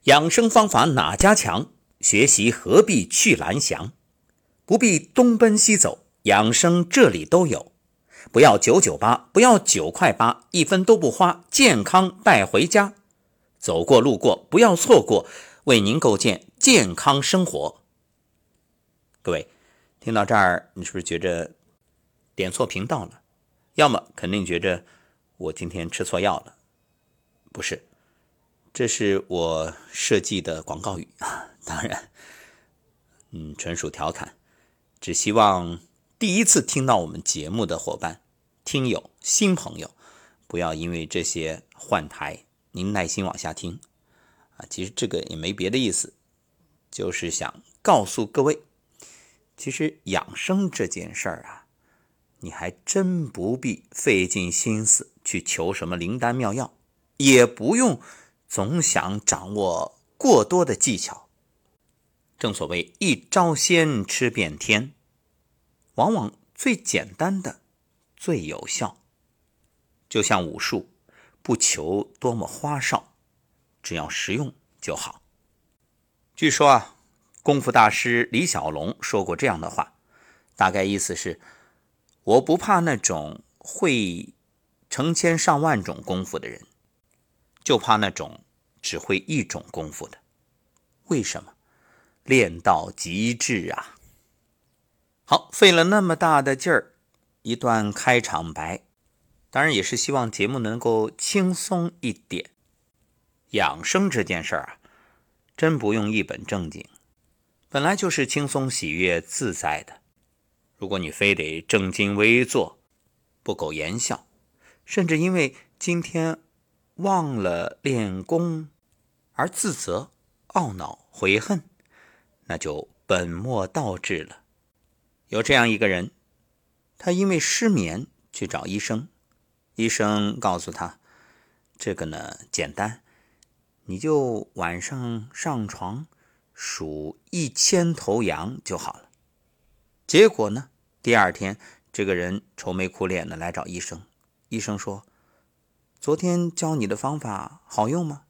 养生方法哪家强？学习何必去蓝翔？不必东奔西走，养生这里都有。不要998，不要9块8，一分都不花，健康带回家。走过路过不要错过，为您构建健康生活。各位，听到这儿，你是不是觉着点错频道了？要么肯定觉着我今天吃错药了。不是，这是我设计的广告语，当然纯属调侃，只希望第一次听到我们节目的伙伴、听友、新朋友，不要因为这些换台，您耐心往下听其实这个也没别的意思，就是想告诉各位，其实养生这件事儿你还真不必费尽心思去求什么灵丹妙药，也不用总想掌握过多的技巧。正所谓一招鲜吃遍天，往往最简单的最有效。就像武术，不求多么花哨，只要实用就好。据说功夫大师李小龙说过这样的话，大概意思是，我不怕那种会成千上万种功夫的人，就怕那种只会一种功夫的。为什么？练到极致啊！好，费了那么大的劲儿，一段开场白，当然也是希望节目能够轻松一点。养生这件事儿真不用一本正经，本来就是轻松喜悦自在的。如果你非得正襟危坐，不苟言笑，甚至因为今天忘了练功而自责、懊恼、悔恨，那就本末倒置了。有这样一个人，他因为失眠去找医生，医生告诉他，这个呢简单，你就晚上上床数1000头羊就好了。结果呢，第二天这个人愁眉苦脸的来找医生，医生说，昨天教你的方法好用吗？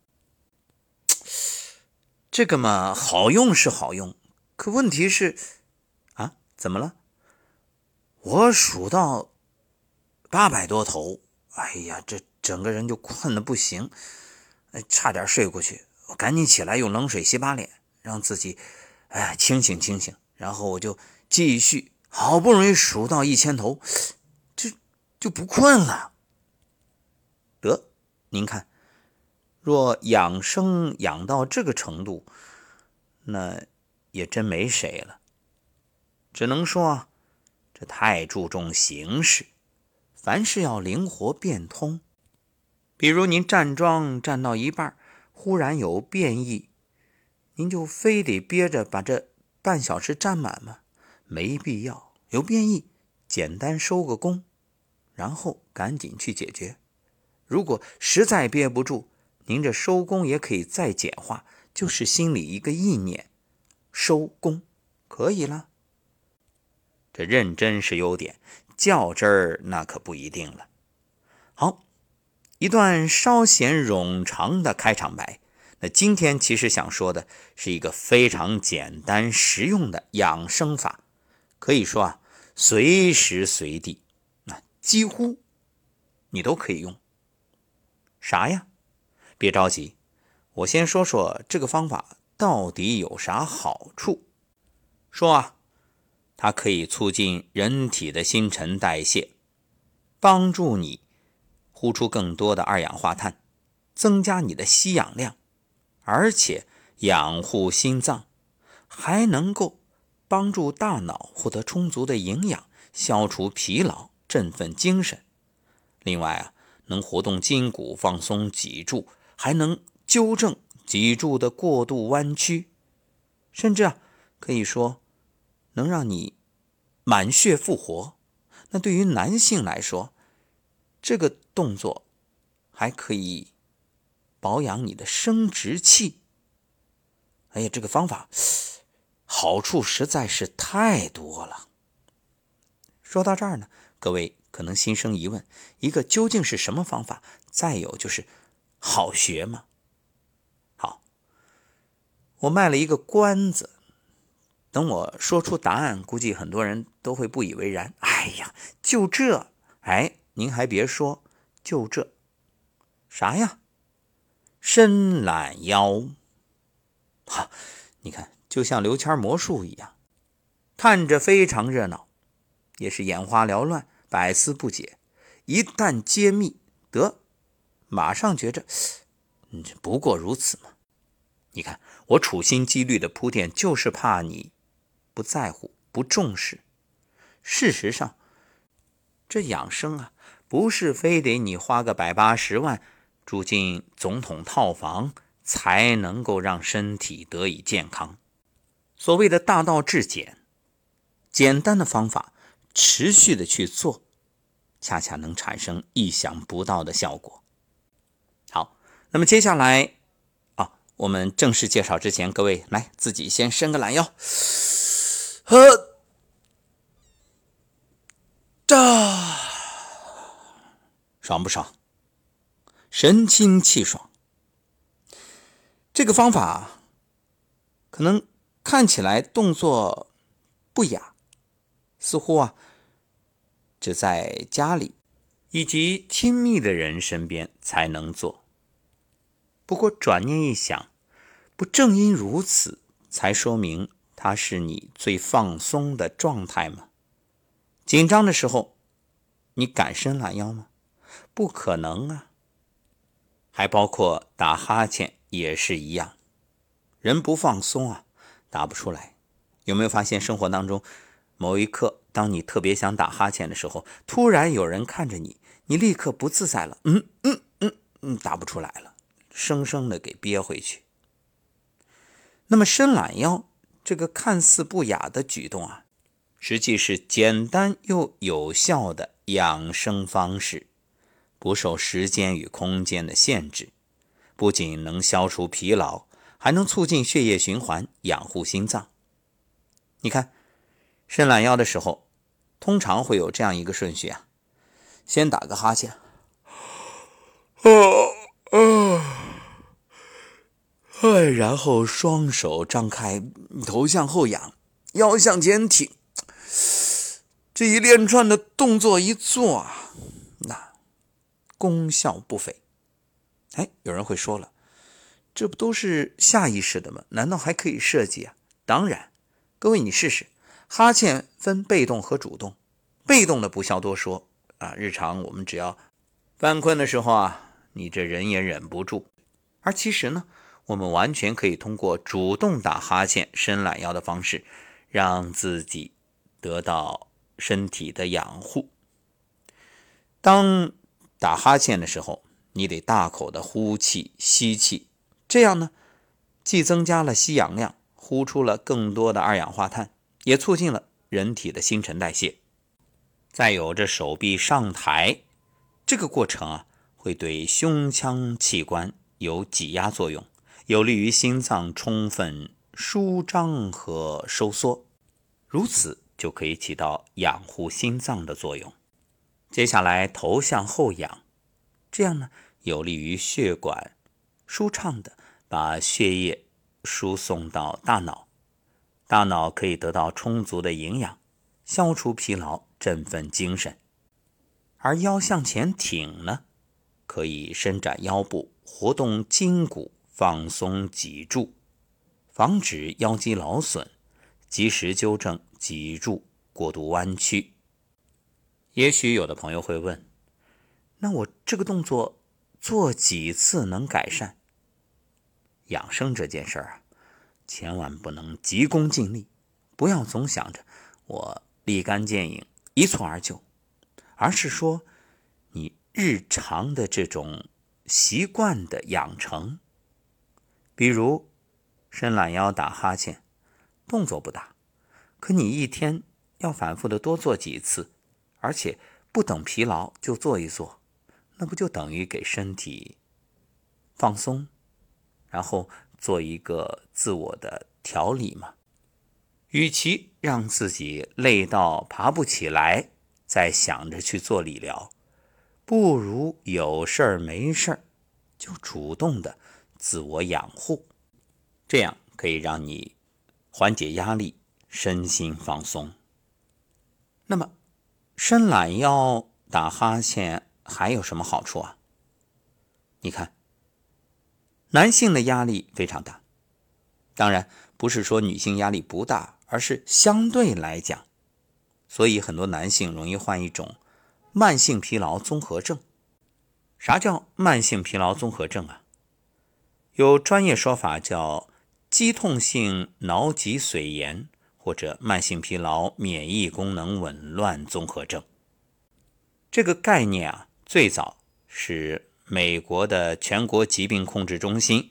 这个嘛，好用是好用，可问题是怎么了？我数到800多头，哎呀，这整个人就困得不行，差点睡过去。我赶紧起来用冷水洗把脸，让自己清醒清醒，然后我就继续，好不容易数到1000头，就不困了。得，您看，若养生养到这个程度，那也真没谁了。只能说这太注重形式，凡事要灵活变通。比如您站桩站到一半，忽然有变异，您就非得憋着把这半小时站满吗？没必要。有变异，简单收个工，然后赶紧去解决。如果实在憋不住，您这收工也可以再简化，就是心里一个意念，收工，可以了。这认真是优点，较真儿那可不一定了。好，一段稍显冗长的开场白。那今天其实想说的是一个非常简单实用的养生法，可以说随时随地，几乎你都可以用。啥呀？别着急，我先说说这个方法到底有啥好处。说它可以促进人体的新陈代谢，帮助你呼出更多的二氧化碳，增加你的吸氧量，而且养护心脏，还能够帮助大脑获得充足的营养，消除疲劳，振奋精神。另外能活动筋骨，放松脊柱，还能纠正脊柱的过度弯曲，甚至可以说能让你满血复活。那对于男性来说，这个动作还可以保养你的生殖器。哎呀，这个方法好处实在是太多了。说到这儿呢，各位可能心生疑问，一个究竟是什么方法？再有就是好学吗？好， 我卖了一个关子，等我说出答案，估计很多人都会不以为然。哎呀，就这，您还别说，就这，啥呀？伸懒腰。哈，你看，就像刘谦魔术一样，看着非常热闹，也是眼花缭乱，百思不解。一旦揭秘，马上觉着，不过如此嘛。你看，我处心积虑的铺垫，就是怕你不在乎、不重视。事实上，这养生啊，不是非得你花个180万住进总统套房才能够让身体得以健康。所谓的大道至简，简单的方法持续的去做，恰恰能产生意想不到的效果。好，那么接下来我们正式介绍之前，各位来自己先伸个懒腰，爽不爽？神清气爽。这个方法可能看起来动作不雅，似乎只在家里以及亲密的人身边才能做。不过转念一想，不正因如此，才说明它是你最放松的状态吗？紧张的时候，你敢伸懒腰吗？不可能啊。还包括打哈欠也是一样，人不放松打不出来。有没有发现生活当中某一刻，当你特别想打哈欠的时候，突然有人看着你，你立刻不自在了，打不出来了，生生的给憋回去。那么伸懒腰这个看似不雅的举动实际是简单又有效的养生方式，不受时间与空间的限制，不仅能消除疲劳，还能促进血液循环，养护心脏。你看，伸懒腰的时候，通常会有这样一个顺序先打个哈欠，然后双手张开，头向后仰，腰向前挺。这一连串的动作一做那功效不菲。有人会说了，这不都是下意识的吗？难道还可以设计当然，各位你试试，哈欠分被动和主动，被动的不消多说日常我们只要犯困的时候你这忍也忍不住。而其实呢，我们完全可以通过主动打哈欠、伸懒腰的方式，让自己得到身体的养护。当打哈欠的时候，你得大口的呼气、吸气，这样呢，既增加了吸氧量，呼出了更多的二氧化碳，也促进了人体的新陈代谢。再有这手臂上抬，这个过程会对胸腔器官有挤压作用，有利于心脏充分舒张和收缩，如此就可以起到养护心脏的作用。接下来头向后仰，这样呢，有利于血管舒畅的把血液输送到大脑，大脑可以得到充足的营养，消除疲劳，振奋精神。而腰向前挺呢，可以伸展腰部，活动筋骨，放松脊柱，防止腰肌劳损，及时纠正脊柱过度弯曲。也许有的朋友会问，那我这个动作做几次能改善？养生这件事千万不能急功近利，不要总想着我立竿见影，一蹴而就，而是说你日常的这种习惯的养成。比如伸懒腰、打哈欠，动作不大，可你一天要反复的多做几次，而且不等疲劳就做一做，那不就等于给身体放松，然后做一个自我的调理吗？与其让自己累到爬不起来，再想着去做理疗，不如有事没事就主动的自我养护，这样可以让你缓解压力，身心放松。那么伸懒腰、打哈欠还有什么好处啊？你看，男性的压力非常大，当然不是说女性压力不大，而是相对来讲，所以很多男性容易患一种慢性疲劳综合症。啥叫慢性疲劳综合症啊？有专业说法叫肌痛性脑脊髓炎或者慢性疲劳免疫功能紊乱综合症。这个概念啊，最早是美国的全国疾病控制中心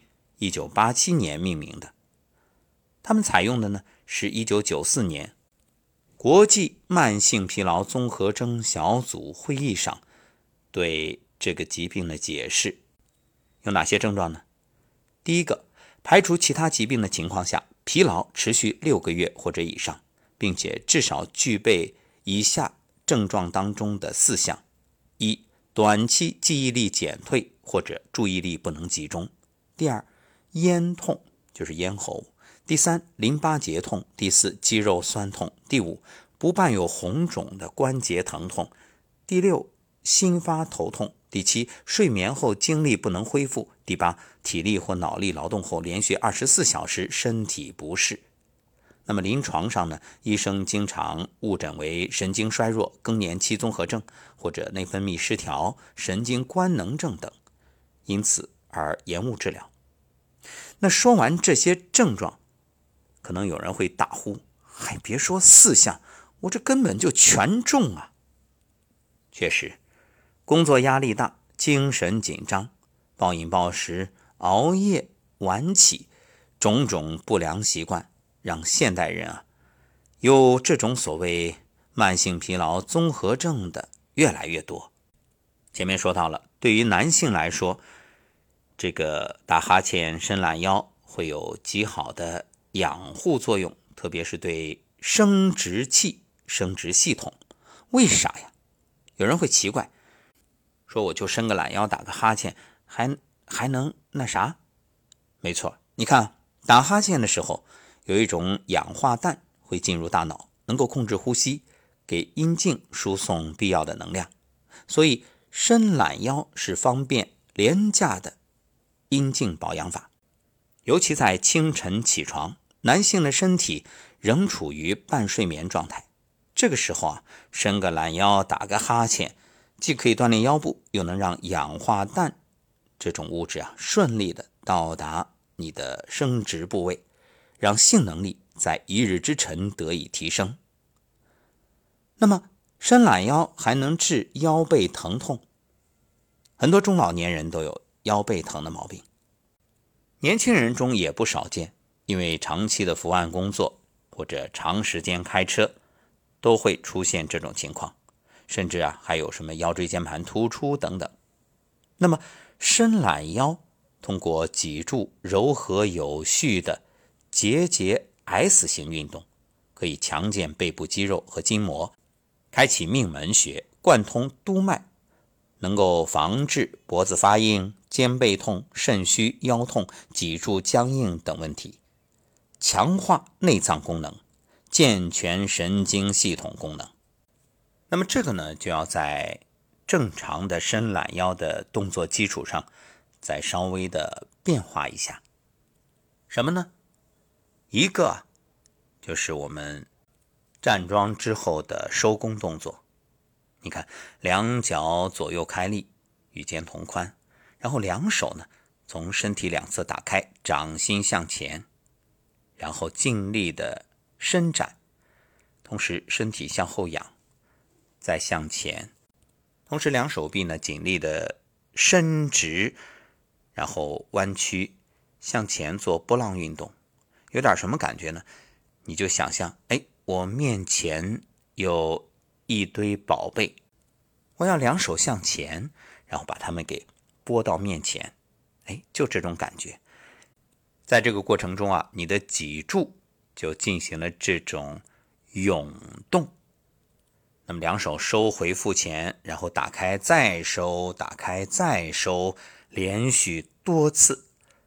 1987年命名的。他们采用的呢是1994年国际慢性疲劳综合征小组会议上对这个疾病的解释。有哪些症状呢？第一个，排除其他疾病的情况下，疲劳持续6个月或者以上，并且至少具备以下症状当中的4项：一、短期记忆力减退或者注意力不能集中；第二，咽痛，就是咽喉；第三，淋巴结痛；第四，肌肉酸痛；第五，不伴有红肿的关节疼痛；第六，心发头痛；第七，睡眠后精力不能恢复；第八，体力或脑力劳动后连续24小时身体不适。那么临床上呢，医生经常误诊为神经衰弱、更年期综合症或者内分泌失调、神经官能症等，因此而延误治疗。那说完这些症状，可能有人会大呼，还别说4项，我这根本就全中啊。确实，工作压力大，精神紧张，暴饮暴食，熬夜，晚起，种种不良习惯让现代人啊有这种所谓慢性疲劳综合症的越来越多。前面说到了，对于男性来说，这个打哈欠、伸懒腰会有极好的养护作用，特别是对生殖器、生殖系统。为啥呀？有人会奇怪，说我就伸个懒腰，打个哈欠，还能那啥？没错，你看打哈欠的时候，有一种氧化氮会进入大脑，能够控制呼吸，给阴茎输送必要的能量。所以伸懒腰是方便廉价的阴茎保养法。尤其在清晨起床，男性的身体仍处于半睡眠状态，这个时候啊，伸个懒腰，打个哈欠，既可以锻炼腰部，又能让氧化氮这种物质啊顺利的到达你的生殖部位，让性能力在一日之晨得以提升。那么伸懒腰还能治腰背疼痛，很多中老年人都有腰背疼的毛病，年轻人中也不少见，因为长期的伏案工作或者长时间开车都会出现这种情况，甚至还有什么腰椎间盘突出等等。那么伸懒腰通过脊柱柔和有序的节节 S 型运动，可以强健背部肌肉和筋膜，开启命门穴，贯通督脉，能够防治脖子发硬、肩背痛、肾虚、腰痛、脊柱僵硬等问题，强化内脏功能，健全神经系统功能。那么这个呢，就要在正常的伸懒腰的动作基础上再稍微的变化一下。什么呢？一个就是我们站桩之后的收弓动作。你看，两脚左右开立，与肩同宽，然后两手呢从身体两侧打开，掌心向前，然后尽力的伸展，同时身体向后仰，再向前，同时两手臂呢紧力的伸直，然后弯曲向前做波浪运动。有点什么感觉呢？你就想象，我面前有一堆宝贝，我要两手向前，然后把它们给拨到面前，就这种感觉。在这个过程中啊，你的脊柱就进行了这种涌动。那么两手收回腹前，然后打开再收，打开再收，连续多次，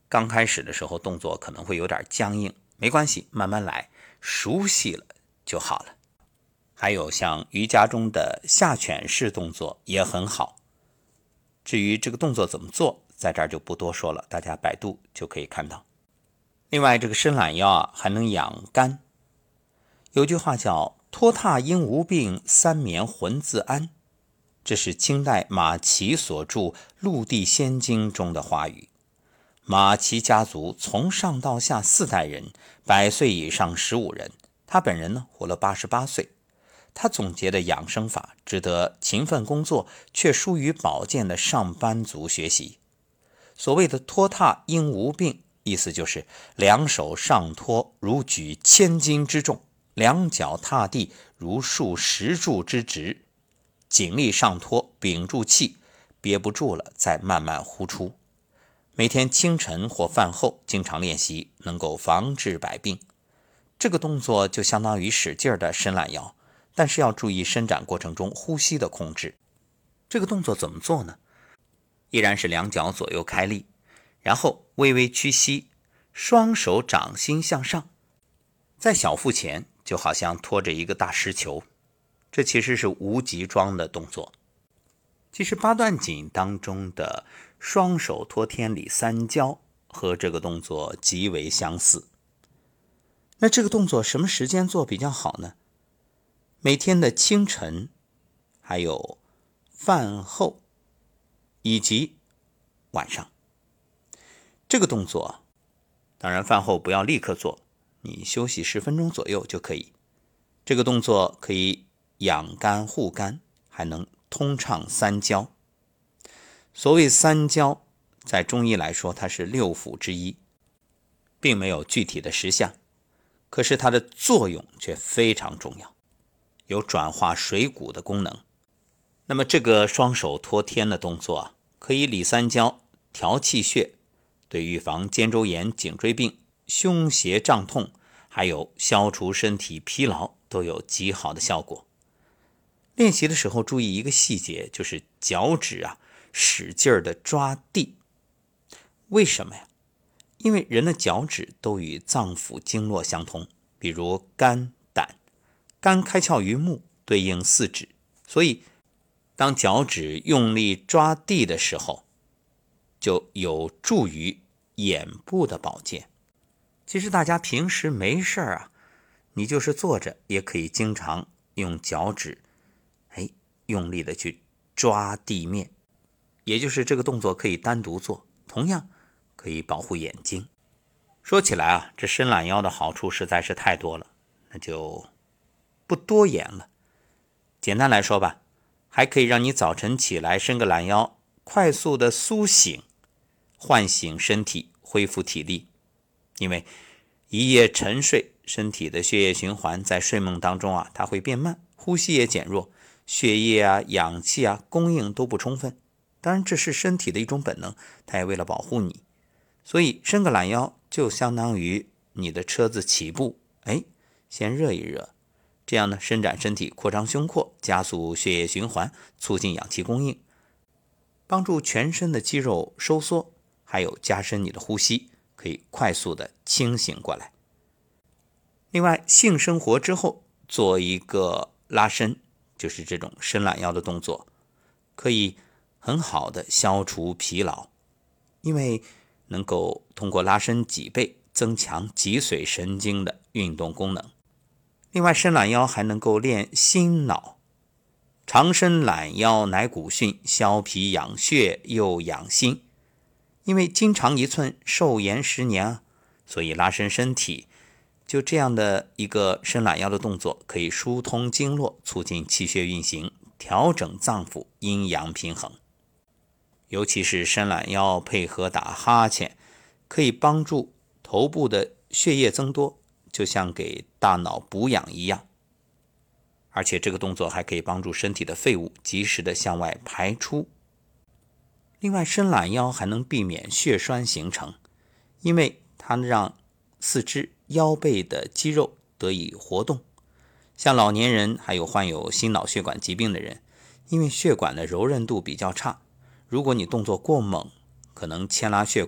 刚开始的时候动作可能会有点僵硬，没关系，慢慢来，熟悉了就好了。还有像瑜伽中的下犬式动作也很好。至于这个动作怎么做，在这儿就不多说了，大家百度就可以看到。另外，这个伸懒腰还能养肝。有句话叫拖沓应无病，三眠浑自安，这是清代马齐所著《陆地仙经》中的话语。马齐家族从上到下4代人，100岁以上15人，他本人呢活了88岁。他总结的养生法值得勤奋工作却疏于保健的上班族学习。所谓的拖沓应无病，意思就是两手上托如举1000斤之重，两脚踏地如竖10柱之直，尽力上托，屏住气，憋不住了再慢慢呼出。每天清晨或饭后经常练习，能够防治百病。这个动作就相当于使劲的伸懒腰，但是要注意伸展过程中呼吸的控制。这个动作怎么做呢？依然是两脚左右开立，然后微微屈膝，双手掌心向上，在小腹前就好像托着一个大石球，这其实是无极桩的动作。其实八段锦当中的双手托天理三焦和这个动作极为相似。那这个动作什么时间做比较好呢？每天的清晨，还有饭后，以及晚上。这个动作当然饭后不要立刻做，你休息10分钟左右就可以。这个动作可以养肝护肝，还能通畅三焦。所谓三焦，在中医来说它是6腑之一，并没有具体的实相，可是它的作用却非常重要，有转化水谷的功能。那么这个双手托天的动作可以理三焦、调气血，对预防肩周炎、颈椎病、胸胁胀痛，还有消除身体疲劳都有极好的效果。练习的时候注意一个细节，就是脚趾使劲的抓地。为什么呀？因为人的脚趾都与脏腑经络相通，比如肝、胆，肝开窍于目，对应4指，所以当脚趾用力抓地的时候，就有助于眼部的保健。其实大家平时没事你就是坐着也可以经常用脚趾用力的去抓地面，也就是这个动作可以单独做，同样可以保护眼睛。说起来这伸懒腰的好处实在是太多了，那就不多言了。简单来说吧，还可以让你早晨起来伸个懒腰，快速的苏醒，唤醒身体，恢复体力。因为一夜沉睡，身体的血液循环在睡梦当中它会变慢，呼吸也减弱，血液氧气供应都不充分。当然这是身体的一种本能，它也为了保护你。所以伸个懒腰就相当于你的车子起步，先热一热，这样呢伸展身体，扩张胸廓，加速血液循环，促进氧气供应，帮助全身的肌肉收缩，还有加深你的呼吸，可以快速的清醒过来。另外性生活之后做一个拉伸，就是这种伸懒腰的动作，可以很好的消除疲劳，因为能够通过拉伸脊背增强脊髓神经的运动功能。另外伸懒腰还能够练心脑，长伸懒腰乃骨训，消脾养血又养心。因为筋长1寸，寿延10年所以拉伸身体，就这样的一个伸懒腰的动作，可以疏通经络，促进气血运行，调整脏腑阴阳平衡。尤其是伸懒腰配合打哈欠，可以帮助头部的血液增多，就像给大脑补养一样。而且这个动作还可以帮助身体的废物及时的向外排出。另外伸懒腰还能避免血栓形成，因为它让四肢腰背的肌肉得以活动。像老年人还有患有心脑血管疾病的人，因为血管的柔韧度比较差，如果你动作过猛，可能牵拉血管，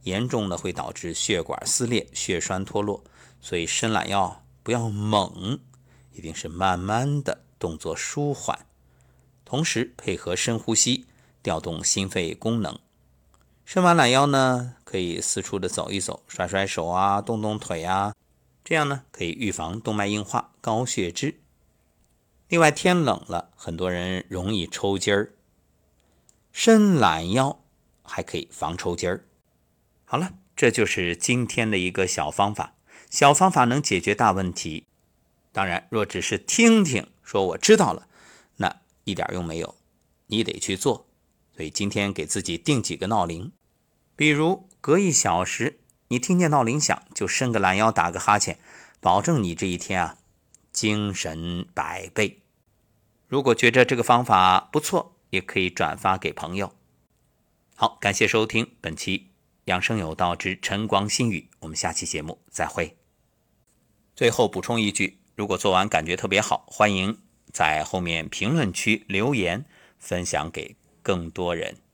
严重的会导致血管撕裂、血栓脱落。所以伸懒腰不要猛，一定是慢慢的，动作舒缓，同时配合深呼吸，调动心肺功能。伸完懒腰呢，可以四处的走一走，甩甩手啊，动动腿啊，这样呢可以预防动脉硬化、高血脂。另外天冷了，很多人容易抽筋儿，伸懒腰还可以防抽筋儿。好了，这就是今天的一个小方法，小方法能解决大问题。当然若只是听听说我知道了，那一点用没有，你得去做。所以今天给自己定几个闹铃，比如隔1小时你听见闹铃响就伸个懒腰，打个哈欠，保证你这一天啊精神100倍。如果觉着这个方法不错，也可以转发给朋友。好，感谢收听本期养生有道之晨光新语，我们下期节目再会。最后补充一句，如果做完感觉特别好，欢迎在后面评论区留言，分享给更多人。